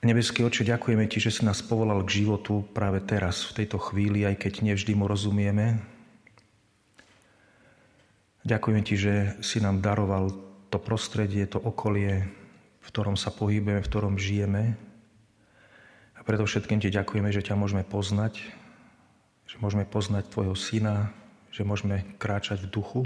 Nebeský Otče, ďakujeme Ti, že si nás povolal k životu práve teraz, v tejto chvíli, aj keď nevždy mu rozumieme. Ďakujeme Ti, že si nám daroval to prostredie, to okolie, v ktorom sa pohybujeme, v ktorom žijeme. A predovšetkým Ti ďakujeme, že ťa môžeme poznať, že môžeme poznať Tvojho Syna, že môžeme kráčať v duchu.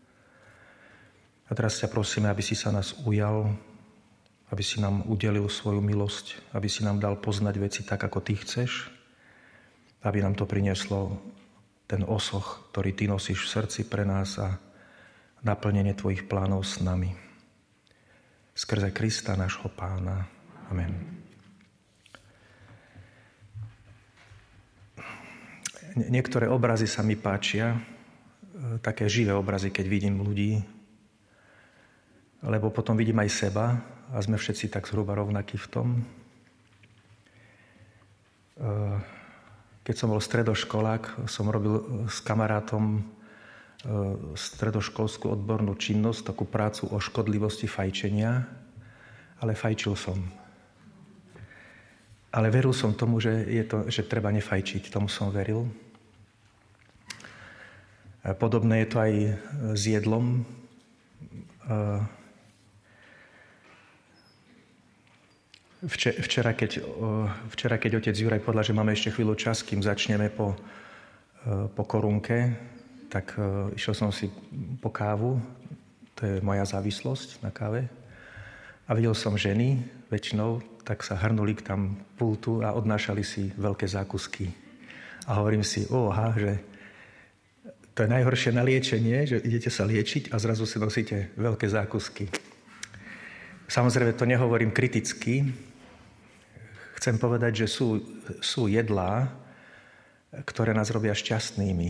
A teraz ťa prosíme, aby si sa nás ujal, aby si nám udelil svoju milosť, aby si nám dal poznať veci tak, ako Ty chceš, aby nám to prinieslo ten osoch, ktorý Ty nosíš v srdci pre nás a naplnenie Tvojich plánov s nami. Skrze Krista, nášho Pána. Amen. Niektoré obrazy sa mi páčia, také živé obrazy, keď vidím ľudí, lebo potom vidím aj seba, a sme všetci tak zhruba rovnakí v tom. Keď som bol stredoškolák, som robil s kamarátom stredoškolskú odbornú činnosť, takú prácu o škodlivosti fajčenia, ale fajčil som. Ale veril som tomu, že že treba nefajčiť. Tomu som veril. Podobné je to aj s jedlom. Včera, keď otec Juraj povedal, že máme ešte chvíľu čas, kým začneme po korunke, tak išiel som si po kávu, to je moja závislosť na káve, a videl som ženy väčšinou, tak sa hrnuli k tam pultu a odnášali si veľké zákusky. A hovorím si, že to je najhoršie na liečenie, že idete sa liečiť a zrazu si nosíte veľké zákusky. Samozrejme, to nehovorím kriticky. Chcem povedať, že sú jedlá, ktoré nás robia šťastnými.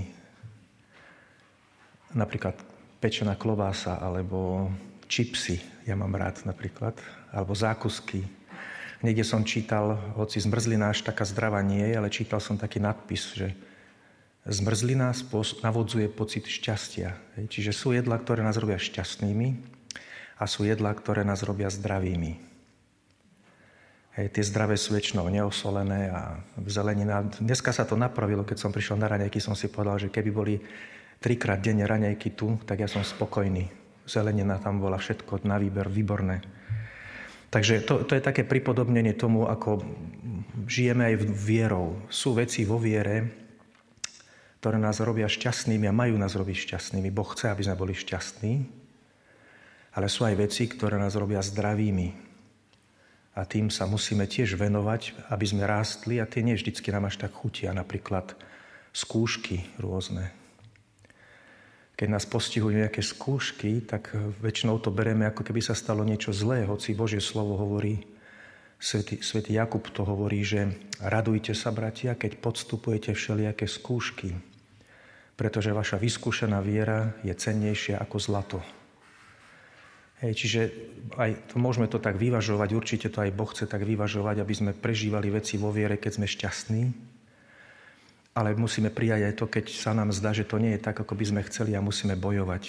Napríklad pečená klobása, alebo čipsy, ja mám rád napríklad, alebo zákusky. Niekde som čítal, hoci zmrzlina až taká zdravá nie je, ale čítal som taký nadpis, že zmrzlina navodzuje pocit šťastia. Čiže sú jedlá, ktoré nás robia šťastnými, a sú jedlá, ktoré nás robia zdravými. Tie zdravé sú väčšinou neosolené a zelenina. Dneska sa to napravilo, keď som prišiel na raňajky, som si povedal, že keby boli 3-krát denne raňajky tu, tak ja som spokojný. Zelenina tam bola, všetko na výber, výborné. Takže to je také pripodobnenie tomu, ako žijeme aj vierou. Sú veci vo viere, ktoré nás robia šťastnými a majú nás robiť šťastnými. Boh chce, aby sme boli šťastní. Ale sú aj veci, ktoré nás robia zdravými. A tým sa musíme tiež venovať, aby sme rástli, a tie nie vždycky nám až tak chutia. Napríklad skúšky rôzne. Keď nás postihujú nejaké skúšky, tak väčšinou to bereme, ako keby sa stalo niečo zlé, hoci Božie slovo hovorí, svätý Jakub to hovorí, že radujte sa, bratia, keď podstupujete všelijaké skúšky, pretože vaša vyskúšená viera je cennejšia ako zlato. Čiže aj to, môžeme to tak vyvažovať, určite to aj Boh chce tak vyvažovať, aby sme prežívali veci vo viere, keď sme šťastní. Ale musíme prijať aj to, keď sa nám zdá, že to nie je tak, ako by sme chceli, a musíme bojovať.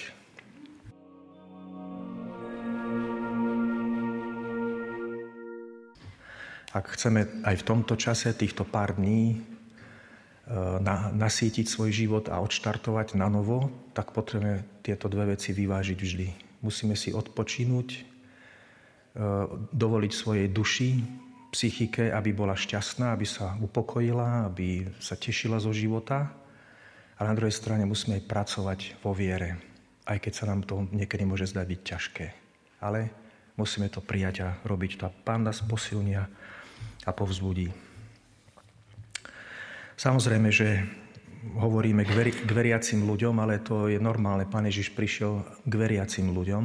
Ak chceme aj v tomto čase, týchto pár dní, nasýtiť svoj život a odštartovať na novo, tak potrebujeme tieto dve veci vyvážiť vždy. Musíme si odpočinúť, dovoliť svojej duši, psychike, aby bola šťastná, aby sa upokojila, aby sa tešila zo života. A na druhej strane musíme aj pracovať vo viere, aj keď sa nám to niekedy môže zdať byť ťažké. Ale musíme to prijať a robiť to. A Pán nás posilnia a povzbudí. Samozrejme, že hovoríme k veriacim ľuďom, ale to je normálne. Pán Ježiš prišiel k veriacim ľuďom.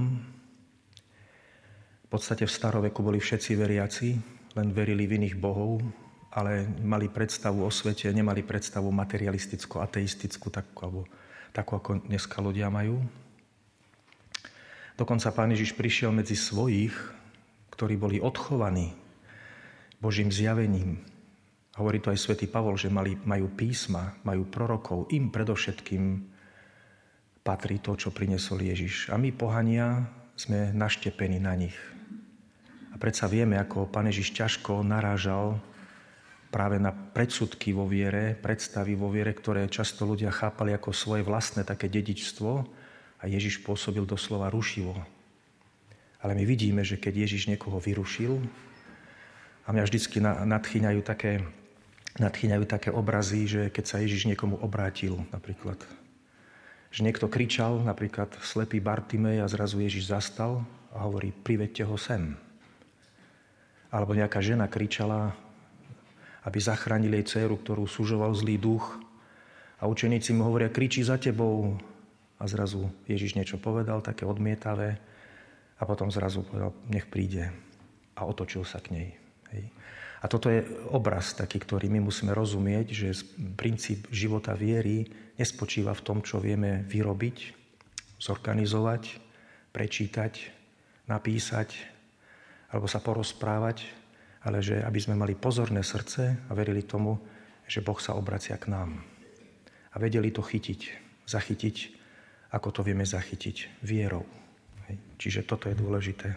V podstate v staroveku boli všetci veriaci, len verili v iných bohov, ale mali predstavu o svete, nemali predstavu materialistickú, ateistickú, takú ako dneska ľudia majú. Dokonca Pán Ježiš prišiel medzi svojich, ktorí boli odchovaní Božím zjavením. Hovorí to aj svätý Pavol, že majú písma, majú prorokov. Im predovšetkým patrí to, čo priniesol Ježiš. A my, pohania, sme naštepení na nich. A predsa vieme, ako Pán Ježiš ťažko narážal práve na predsudky vo viere, predstavy vo viere, ktoré často ľudia chápali ako svoje vlastné také dedičstvo a Ježiš pôsobil doslova rušivo. Ale my vidíme, že keď Ježiš niekoho vyrušil, a mňa vždycky nadchýňajú také obrazy, že keď sa Ježiš niekomu obrátil napríklad, že niekto kričal, napríklad slepý Bartimej a zrazu Ježiš zastal a hovorí, priveďte ho sem. Alebo nejaká žena kričala, aby zachránili jej dcéru, ktorú súžoval zlý duch. A učeníci mu hovoria, kričí za tebou. A zrazu Ježiš niečo povedal, také odmietavé. A potom zrazu povedal, nech príde. A otočil sa k nej. Hej. A toto je obraz taký, ktorý my musíme rozumieť, že princíp života viery nespočíva v tom, čo vieme vyrobiť, zorganizovať, prečítať, napísať, alebo sa porozprávať, ale že aby sme mali pozorné srdce a verili tomu, že Boh sa obracia k nám. A vedeli to zachytiť, ako to vieme zachytiť, vierou. Hej. Čiže toto je dôležité.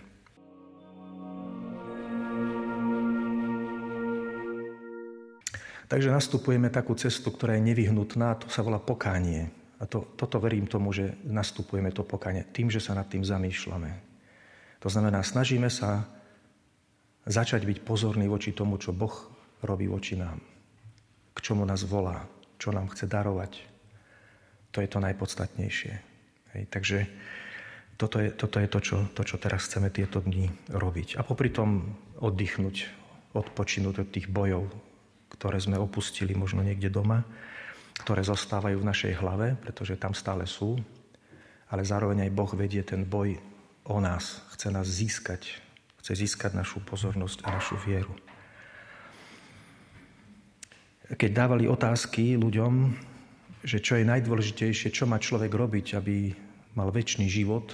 Takže nastupujeme takú cestu, ktorá je nevyhnutná, to sa volá pokánie. A toto verím tomu, že nastupujeme to pokánie tým, že sa nad tým zamýšľame. To znamená, snažíme sa začať byť pozorný voči tomu, čo Boh robí voči nám. K čomu nás volá, čo nám chce darovať. To je to najpodstatnejšie. Hej, takže toto je to, čo teraz chceme tieto dni robiť. A popri tom oddychnúť, odpočinúť od tých bojov, ktoré sme opustili možno niekde doma, ktoré zostávajú v našej hlave, pretože tam stále sú, ale zároveň aj Boh vedie ten boj o nás, chce nás získať našu pozornosť a našu vieru. Keď dávali otázky ľuďom, že čo je najdôležitejšie, čo má človek robiť, aby mal večný život,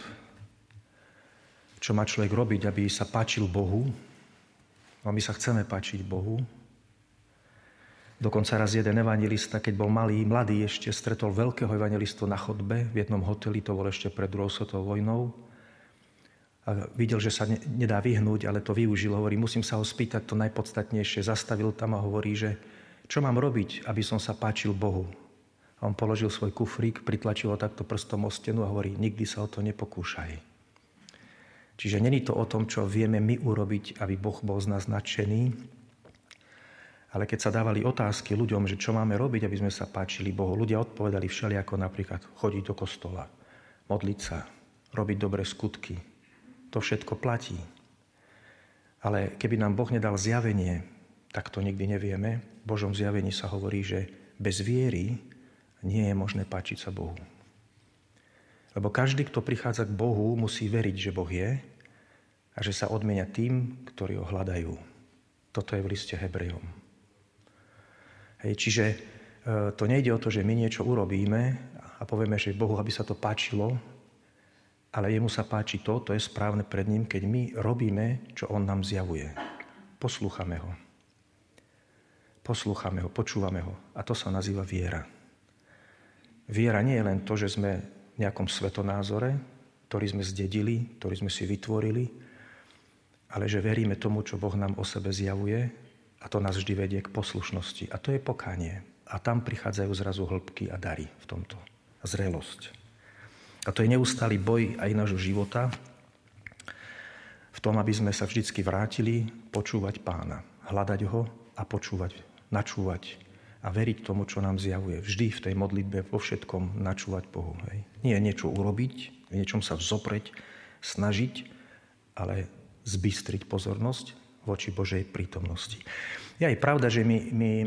čo má človek robiť, aby sa páčil Bohu, a my sa chceme páčiť Bohu. Dokonca raz jeden evanjelista, keď bol mladý ešte, stretol veľkého evangelistu na chodbe v jednom hoteli, to bol ešte pred druhou svetovou vojnou. A videl, že sa nedá vyhnúť, ale to využil. Hovorí, musím sa ho spýtať to najpodstatnejšie. Zastavil tam a hovorí, že čo mám robiť, aby som sa páčil Bohu. A on položil svoj kufrík, pritlačil ho takto prstom o stenu a hovorí, nikdy sa o to nepokúšaj. Čiže není to o tom, čo vieme my urobiť, aby Boh bol z nás nadšený, ale keď sa dávali otázky ľuďom, že čo máme robiť, aby sme sa páčili Bohu, ľudia odpovedali všelijako, napríklad chodiť do kostola, modliť sa, robiť dobré skutky. To všetko platí. Ale keby nám Boh nedal zjavenie, tak to nikdy nevieme. V Božom zjavení sa hovorí, že bez viery nie je možné páčiť sa Bohu. Lebo každý, kto prichádza k Bohu, musí veriť, že Boh je a že sa odmienia tým, ktorí ho hľadajú. Toto je v liste Hebrejom. Hej, čiže to nejde o to, že my niečo urobíme a povieme, že Bohu, aby sa to páčilo, ale jemu sa páči to je správne pred ním, keď my robíme, čo on nám zjavuje. Poslúchame ho, počúvame ho. A to sa nazýva viera. Viera nie je len to, že sme v nejakom svetonázore, ktorý sme zdedili, ktorý sme si vytvorili, ale že veríme tomu, čo Boh nám o sebe zjavuje a to nás vždy vedie k poslušnosti. A to je pokánie. A tam prichádzajú zrazu hĺbky a dary v tomto. A zrelosť. A to je neustály boj aj nášho života v tom, aby sme sa vždycky vrátili počúvať Pána. Hľadať ho a počúvať, načúvať a veriť tomu, čo nám zjavuje. Vždy v tej modlitbe, vo všetkom načúvať Bohu. Hej. Nie niečo urobiť, niečom sa vzopreť, snažiť, ale zbystriť pozornosť voči Božej prítomnosti. Je aj pravda, že my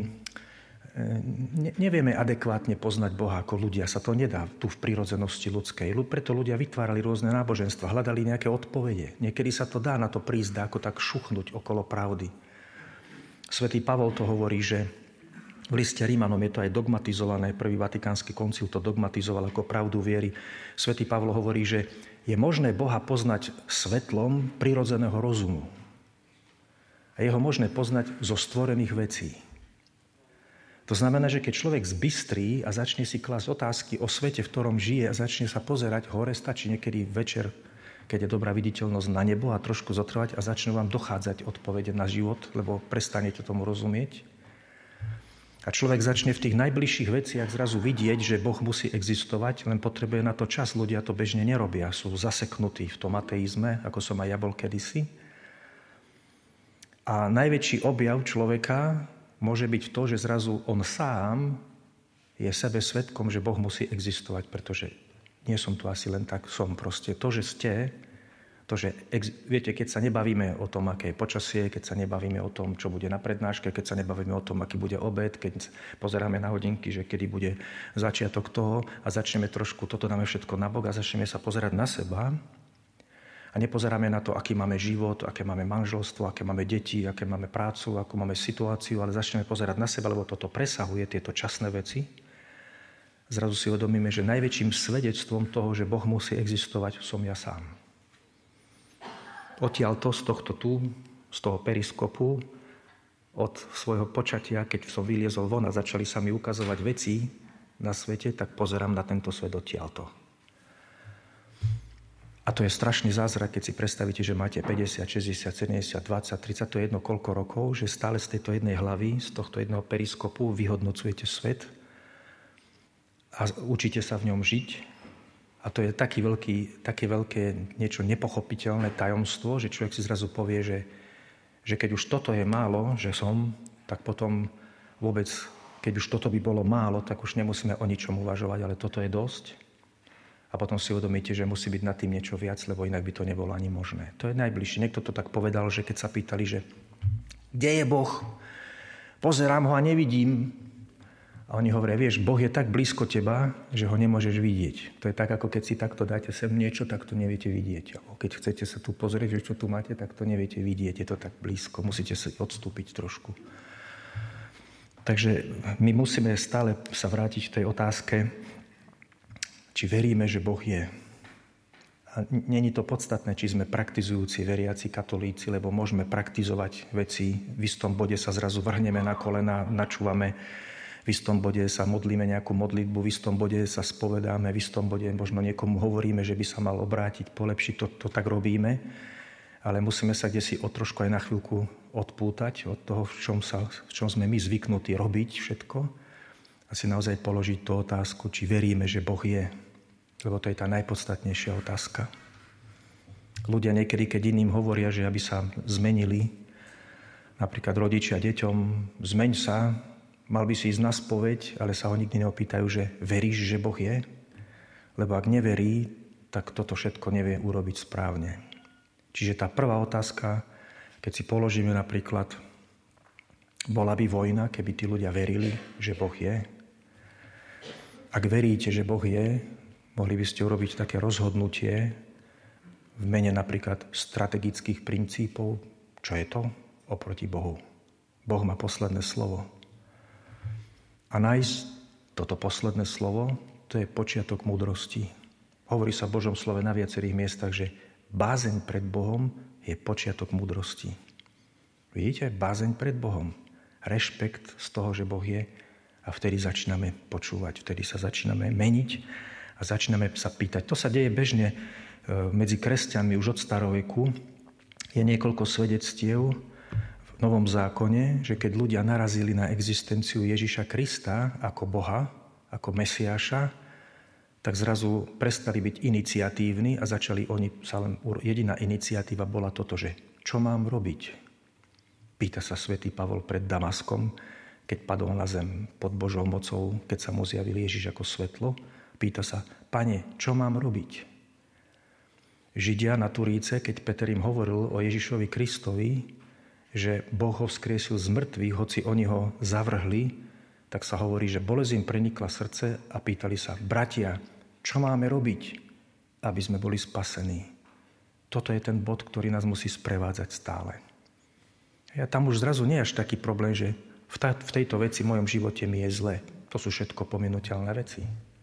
nevieme adekvátne poznať Boha ako ľudia. Sa to nedá tu v prirodzenosti ľudskej. Preto ľudia vytvárali rôzne náboženstva, hľadali nejaké odpovede. Niekedy sa to dá na to prísť, dá ako tak šuchnúť okolo pravdy. Svätý Pavol to hovorí, že v liste Rímanom je to aj dogmatizované. Prvý Vatikánsky koncil to dogmatizoval ako pravdu viery. Svätý Pavol hovorí, že je možné Boha poznať svetlom prirodzeného rozumu. A je ho možné poznať zo stvorených vecí. To znamená, že keď človek zbystrí a začne si klásť otázky o svete, v ktorom žije a začne sa pozerať hore, stačí niekedy večer keď je dobrá viditeľnosť na nebo a trošku zotrvať a začnú vám dochádzať odpovede na život, lebo prestanete tomu rozumieť. A človek začne v tých najbližších veciach zrazu vidieť, že Boh musí existovať, len potrebuje na to čas. Ľudia to bežne nerobia, sú zaseknutí v tom ateizme, ako som aj ja bol kedysi. A najväčší objav človeka môže byť to, že zrazu on sám je sebe svedkom, že Boh musí existovať, pretože nie som tu asi len tak, som proste. To, že ste, viete, keď sa nebavíme o tom, aké je počasie, keď sa nebavíme o tom, čo bude na prednáške, keď sa nebavíme o tom, aký bude obed, keď pozeráme na hodinky, že kedy bude začiatok toho a začneme trošku, toto dáme všetko nabok a začneme sa pozerať na seba a nepozeráme na to, aký máme život, aké máme manželstvo, aké máme deti, aké máme prácu, akú máme situáciu, ale začneme pozerať na seba, lebo toto presahuje tieto časné veci. Zrazu si uvedomíme, že najväčším svedectvom toho, že Boh musí existovať, som ja sám. Odtiaľto, z tohto tu, z toho periskopu, od svojho počatia, keď som vyliezol von a začali sa mi ukazovať veci na svete, tak pozerám na tento svet odtiaľto. A to je strašný zázrak, keď si predstavíte, že máte 50, 60, 70, 20, 30, to je jedno koľko rokov, že stále z tejto jednej hlavy, z tohto jedného periskopu vyhodnocujete svet a učíte sa v ňom žiť. A to je také veľké niečo nepochopiteľné tajomstvo, že človek si zrazu povie, že keď už toto je málo, že som, tak potom vôbec, keď už toto by bolo málo, tak už nemusíme o ničom uvažovať, ale toto je dosť. A potom si uvedomíte, že musí byť nad tým niečo viac, lebo inak by to nebolo ani možné. To je najbližšie. Niekto to tak povedal, že keď sa pýtali, že kde je Boh? Pozerám ho a nevidím. A oni hovoria, vieš, Boh je tak blízko teba, že ho nemôžeš vidieť. To je tak, ako keď si takto dáte sem niečo, tak to neviete vidieť. Alebo keď chcete sa tu pozrieť, že čo tu máte, tak to neviete vidieť. Je to tak blízko, musíte sa odstúpiť trošku. Takže my musíme stále sa vrátiť k tej otázke, či veríme, že Boh je. A není to podstatné, či sme praktizujúci, veriaci, katolíci, lebo môžeme praktizovať veci. V istom bode sa zrazu vrhneme na kolena, načúvame. V istom bode sa modlíme nejakú modlitbu, v istom bode sa spovedáme, v istom bode možno niekomu hovoríme, že by sa mal obrátiť, polepšiť, to tak robíme. Ale musíme sa kdesi trošku aj na chvíľku odpútať od toho, v čom sme my zvyknutí robiť všetko. A si naozaj položiť tú otázku, či veríme, že Boh je. Lebo to je tá najpodstatnejšia otázka. Ľudia niekedy, keď iným hovoria, že aby sa zmenili, napríklad rodičia deťom, zmeň sa, mal by si ísť na spoveď, ale sa ho nikdy neopýtajú, že veríš, že Boh je? Lebo ak neverí, tak toto všetko nevie urobiť správne. Čiže tá prvá otázka, keď si položíme napríklad, bola by vojna, keby tí ľudia verili, že Boh je? Ak veríte, že Boh je, mohli by ste urobiť také rozhodnutie v mene napríklad strategických princípov. Čo je to oproti Bohu? Boh má posledné slovo. A nájsť toto posledné slovo, to je počiatok múdrosti. Hovorí sa v Božom slove na viacerých miestach, že bázeň pred Bohom je počiatok múdrosti. Vidíte? Bázeň pred Bohom. Rešpekt z toho, že Boh je. A vtedy začíname počúvať, vtedy sa začíname meniť a začíname sa pýtať. To sa deje bežne medzi kresťanmi už od staroveku. Je niekoľko svedectiev v Novom zákone, že keď ľudia narazili na existenciu Ježiša Krista ako Boha, ako Mesiáša, tak zrazu prestali byť iniciatívni a začali oni, jediná iniciatíva bola toto, že čo mám robiť? Pýta sa svätý Pavol pred Damaskom, keď padol na zem pod Božou mocou, keď sa mu zjavil Ježiš ako svetlo. Pýta sa, Pane, čo mám robiť? Židia na Turíce, keď Peter im hovoril o Ježišovi Kristovi, že Boh ho vzkriesil z mŕtvych, hoci oni ho zavrhli, tak sa hovorí, že bolesť im prenikla srdce a pýtali sa, bratia, čo máme robiť, aby sme boli spasení? Toto je ten bod, ktorý nás musí sprevádzať stále. Ja tam už zrazu nie je až taký problém, že v tejto veci v mojom živote mi je zle. To sú všetko pominuteľné veci.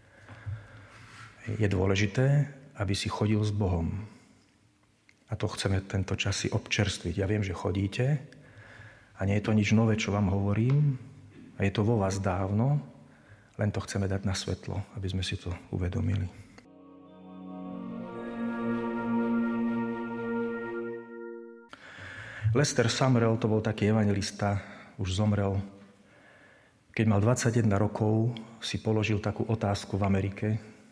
Je dôležité, aby si chodil s Bohom. A to chceme tento čas si občerstviť. Ja viem, že chodíte a nie je to nič nové, čo vám hovorím. A je to vo vás dávno, len to chceme dať na svetlo, aby sme si to uvedomili. Lester Sumrall, to bol taký evangelista, už zomrel. Keď mal 21 rokov, si položil takú otázku v Amerike,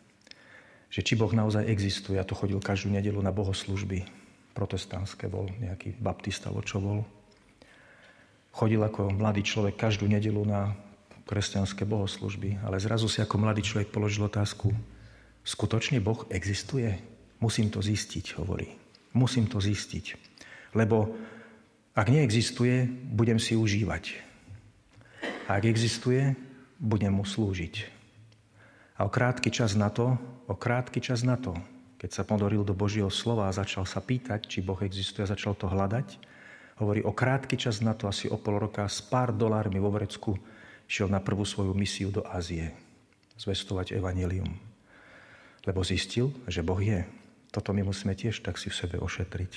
že či Boh naozaj existuje. A to chodil každú nedeľu na bohoslužby protestantské, bol nejaký baptista, alebo čo bol. Chodil ako mladý človek každú nedeľu na kresťanské bohoslužby, ale zrazu si ako mladý človek položil otázku, skutočne Boh existuje? Musím to zistiť, hovorí. Musím to zistiť. Lebo ak neexistuje, budem si užívať. A ak existuje, budem mu slúžiť. A o krátky čas na to, keď sa ponoril do Božieho slova a začal sa pýtať, či Boh existuje, a začal to hľadať, hovorí, o krátky čas na to, asi o pol roka, s pár dolármi vo vrecku, šiel na prvú svoju misiu do Ázie. Zvestovať evanjelium. Lebo zistil, že Boh je. Toto my musíme tiež tak si v sebe ošetriť.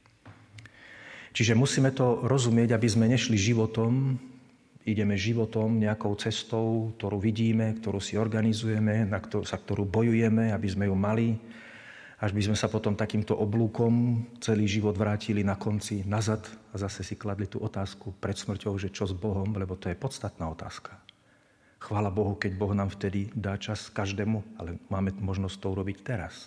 Čiže musíme to rozumieť, aby sme nešli životom, ideme životom nejakou cestou, ktorú vidíme, ktorú si organizujeme, za ktorú bojujeme, aby sme ju mali, až by sme sa potom takýmto oblúkom celý život vrátili na konci nazad a zase si kladli tú otázku pred smrťou, že čo s Bohom, lebo to je podstatná otázka. Chvála Bohu, keď Boh nám vtedy dá čas každému, ale máme možnosť to urobiť teraz.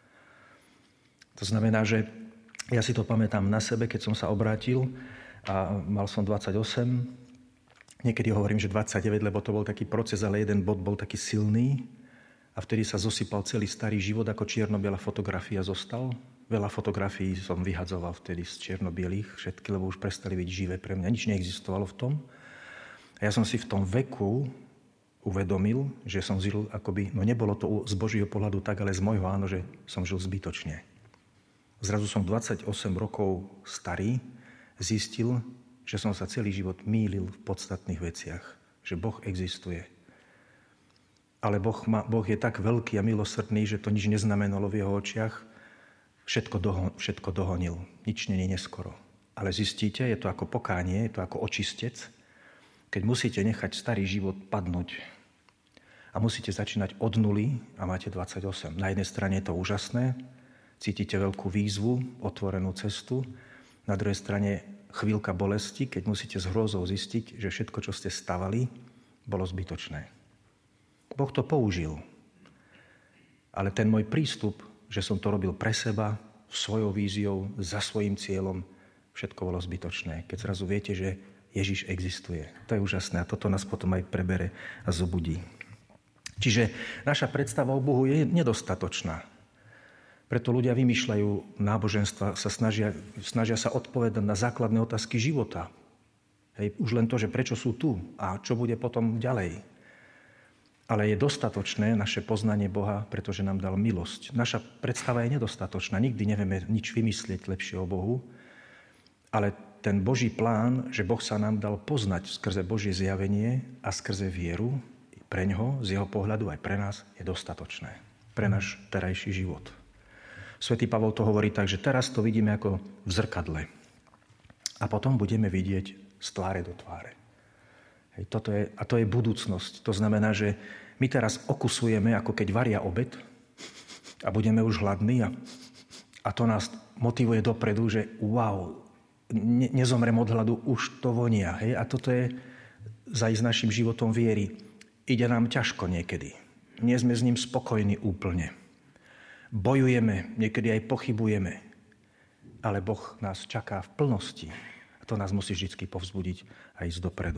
To znamená, že ja si to pamätám na sebe, keď som sa obrátil a mal som 28. Niekedy hovorím, že 29, lebo to bol taký proces, ale jeden bod bol taký silný. A vtedy sa zosypal celý starý život, ako čierno-biela fotografia zostal. Veľa fotografií som vyhadzoval vtedy z čierno-bielých, všetky, lebo už prestali byť živé pre mňa. Nič neexistovalo v tom. A ja som si v tom veku uvedomil, že som žil akoby, no nebolo to z Božieho pohľadu tak, ale z môjho áno, že som žil zbytočne. Zrazu som 28 rokov starý, zistil, že som sa celý život mýlil v podstatných veciach, že Boh existuje. Ale Boh je tak veľký a milosrdný, že to nič neznamenalo v jeho očiach. Všetko dohonil. Nič nie je neskoro. Ale zistíte, je to ako pokánie, je to ako očistec, keď musíte nechať starý život padnúť a musíte začínať od nuly a máte 28. Na jednej strane je to úžasné, cítite veľkú výzvu, otvorenú cestu. Na druhej strane chvíľka bolesti, keď musíte s hrôzou zistiť, že všetko, čo ste stavali, bolo zbytočné. Boh to použil. Ale ten môj prístup, že som to robil pre seba, svojou víziou, za svojím cieľom, všetko bolo zbytočné. Keď zrazu viete, že Ježiš existuje. To je úžasné a toto nás potom aj prebere a zobudí. Čiže naša predstava o Bohu je nedostatočná. Preto ľudia vymýšľajú náboženstva, snažia sa odpovedať na základné otázky života. Hej, už len to, že prečo sú tu a čo bude potom ďalej. Ale je dostatočné naše poznanie Boha, pretože nám dal milosť. Naša predstava je nedostatočná. Nikdy nevieme nič vymyslieť lepšie o Bohu. Ale ten Boží plán, že Boh sa nám dal poznať skrze Božie zjavenie a skrze vieru, pre ňoho, z jeho pohľadu aj pre nás, je dostatočné. Pre náš terajší život. Svätý Pavol to hovorí tak, že teraz to vidíme ako v zrkadle. A potom budeme vidieť z tváre do tváre. Hej, to je budúcnosť. To znamená, že my teraz okusujeme, ako keď varia obed a budeme už hladní a to nás motivuje dopredu, že wow, nezomrem od hladu, už to vonia. Hej? A toto je za ísť našim životom viery. Ide nám ťažko niekedy. Nie sme s ním spokojní úplne. Bojujeme, niekedy aj pochybujeme. Ale Boh nás čaká v plnosti. A to nás musí vždy povzbudiť a ísť dopredu.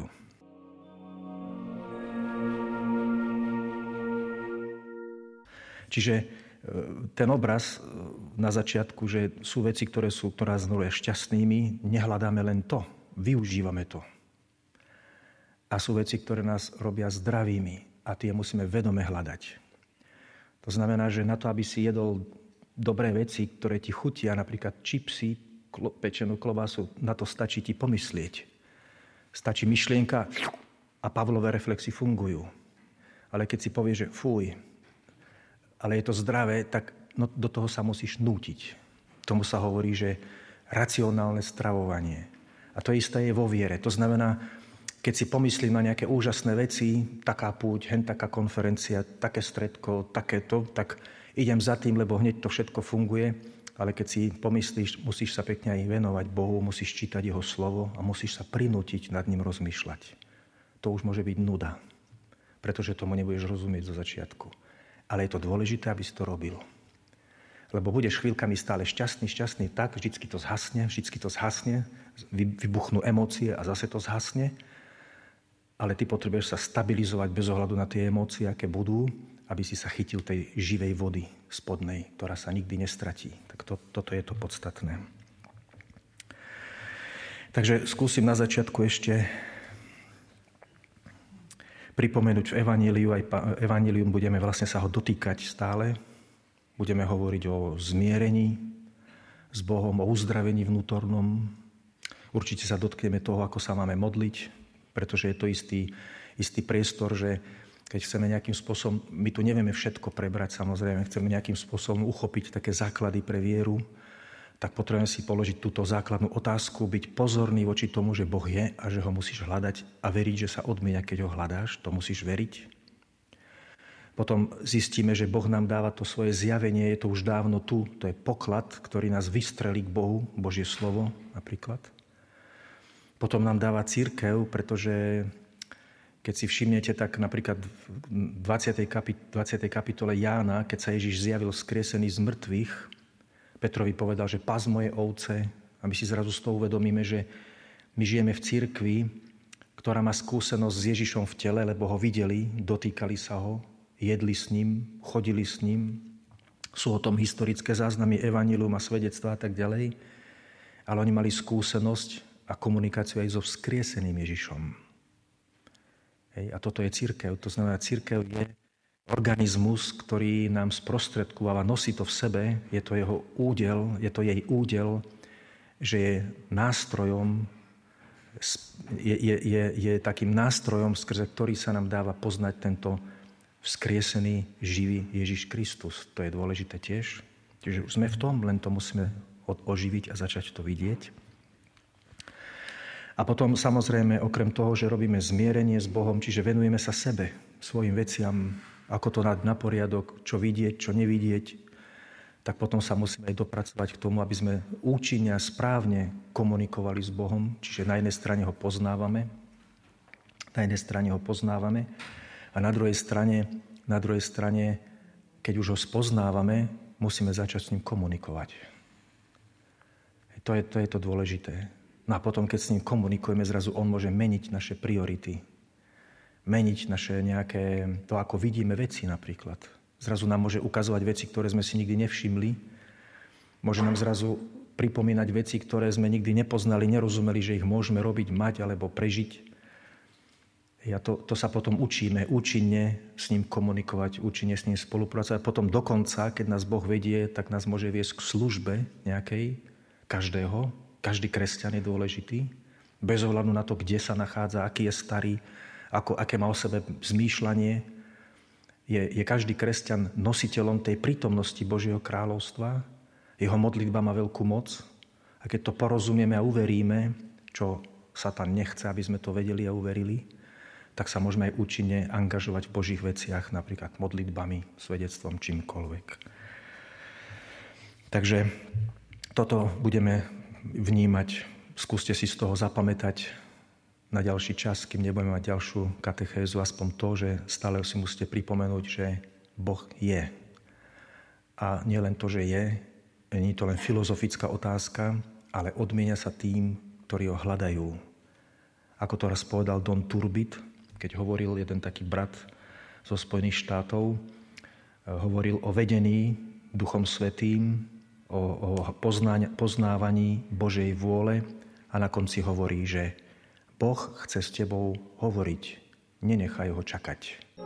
Čiže ten obraz na začiatku, že sú veci, ktoré nás robia šťastnými, nehľadáme len to, využívame to. A sú veci, ktoré nás robia zdravými a tie musíme vedome hľadať. To znamená, že na to, aby si jedol dobré veci, ktoré ti chutia, napríklad čipsy, pečenú klobásu, na to stačí ti pomyslieť. Stačí myšlienka a Pavlové reflexy fungujú. Ale keď si povieš, že fuj, ale je to zdravé, tak do toho sa musíš nútiť. Tomu sa hovorí, že racionálne stravovanie. A to isté je vo viere. To znamená, keď si pomyslím na nejaké úžasné veci, taká púť, taká konferencia, také stredko, takéto, tak idem za tým, lebo hneď to všetko funguje. ale keď si pomyslíš, musíš sa pekne aj venovať Bohu, musíš čítať Jeho slovo a musíš sa prinútiť nad ním rozmýšľať. To už môže byť nuda, pretože tomu nebudeš rozumieť zo začiatku. Ale je to dôležité, aby si to robil. Lebo budeš chvíľkami stále šťastný, tak, vždycky to zhasne, vybuchnú emócie a zase to zhasne, ale ty potrebuješ sa stabilizovať bez ohľadu na tie emócie, aké budú, aby si sa chytil tej živej vody spodnej, ktorá sa nikdy nestratí. Tak toto je to podstatné. Takže skúsim na začiatku ešte pripomenúť v Evaníliu, aj Evanílium budeme vlastne sa ho dotýkať stále. Budeme hovoriť o zmierení s Bohom, o uzdravení vnútornom. Určite sa dotkneme toho, ako sa máme modliť, pretože je to istý priestor, že keď chceme nejakým spôsobom, my tu nevieme všetko prebrať, samozrejme, chceme nejakým spôsobom uchopiť také základy pre vieru, tak potrebujeme si položiť túto základnú otázku, byť pozorný voči tomu, že Boh je a že ho musíš hľadať a veriť, že sa odmienia, keď ho hľadáš, to musíš veriť. Potom zistíme, že Boh nám dáva to svoje zjavenie, je to už dávno tu, to je poklad, ktorý nás vystrelí k Bohu, Božie slovo napríklad. Potom nám dáva cirkev, pretože keď si všimnete, tak napríklad v 20. kapitole Jána, keď sa Ježiš zjavil vzkriesený z mŕtvych, Petrovi povedal, že pás moje ovce, a my si zrazu z toho uvedomíme, že my žijeme v cirkvi, ktorá má skúsenosť s Ježišom v tele, lebo ho videli, dotýkali sa ho, jedli s ním, chodili s ním. Sú o tom historické záznamy, evanjelium a svedectvá a tak ďalej. Ale oni mali skúsenosť a komunikáciu aj so vzkrieseným Ježišom. A toto je cirkev. To znamená, cirkev je organizmus, ktorý nám sprostredkováva, nosí to v sebe, je to jeho údel, je to jej údel, že je nástrojom, je takým nástrojom, skrze ktorý sa nám dáva poznať tento vzkriesený, živý Ježiš Kristus. To je dôležité tiež. Čiže už sme v tom, len to musíme oživiť a začať to vidieť. A potom samozrejme, okrem toho, že robíme zmierenie s Bohom, čiže venujeme sa sebe, svojim veciam, ako to dať na poriadok, čo vidieť, čo nevidieť, tak potom sa musíme aj dopracovať k tomu, aby sme účinne a správne komunikovali s Bohom. Čiže na jednej strane ho poznávame a na druhej strane, keď už ho spoznávame, musíme začať s ním komunikovať. To je to dôležité. No a potom, keď s ním komunikujeme, zrazu on môže meniť naše priority. Meniť naše nejaké, to ako vidíme veci napríklad. Zrazu nám môže ukazovať veci, ktoré sme si nikdy nevšimli. Môže nám zrazu pripomínať veci, ktoré sme nikdy nepoznali, nerozumeli, že ich môžeme robiť, mať alebo prežiť. A to sa potom učíme účinne s ním komunikovať, účinne s ním spolupracovať. Potom dokonca, keď nás Boh vedie, tak nás môže viesť k službe nejakej, každého. Každý kresťan je dôležitý, bez ohľadu na to, kde sa nachádza, aký je starý, aké má o sebe zmýšľanie. Je každý kresťan nositeľom tej prítomnosti Božieho kráľovstva. Jeho modlitba má veľkú moc. A keď to porozumieme a uveríme, čo Satan nechce, aby sme to vedeli a uverili, tak sa môžeme aj účinne angažovať v Božích veciach, napríklad modlitbami, svedectvom, čímkoľvek. Takže toto budeme vnímať. Skúste si z toho zapamätať na ďalší čas, kým nebudeme mať ďalšiu katechézu, aspoň to, že stále si musíte pripomenúť, že Boh je. A nie len to, že je, nie je to len filozofická otázka, ale odmienia sa tým, ktorí ho hľadajú. Ako to raz povedal Don Turbit, keď hovoril jeden taký brat zo Spojených štátov, hovoril o vedení Duchom Svätým, o poznávaní Božej vôle a na konci hovorí, že Boh chce s tebou hovoriť, nenechaj ho čakať.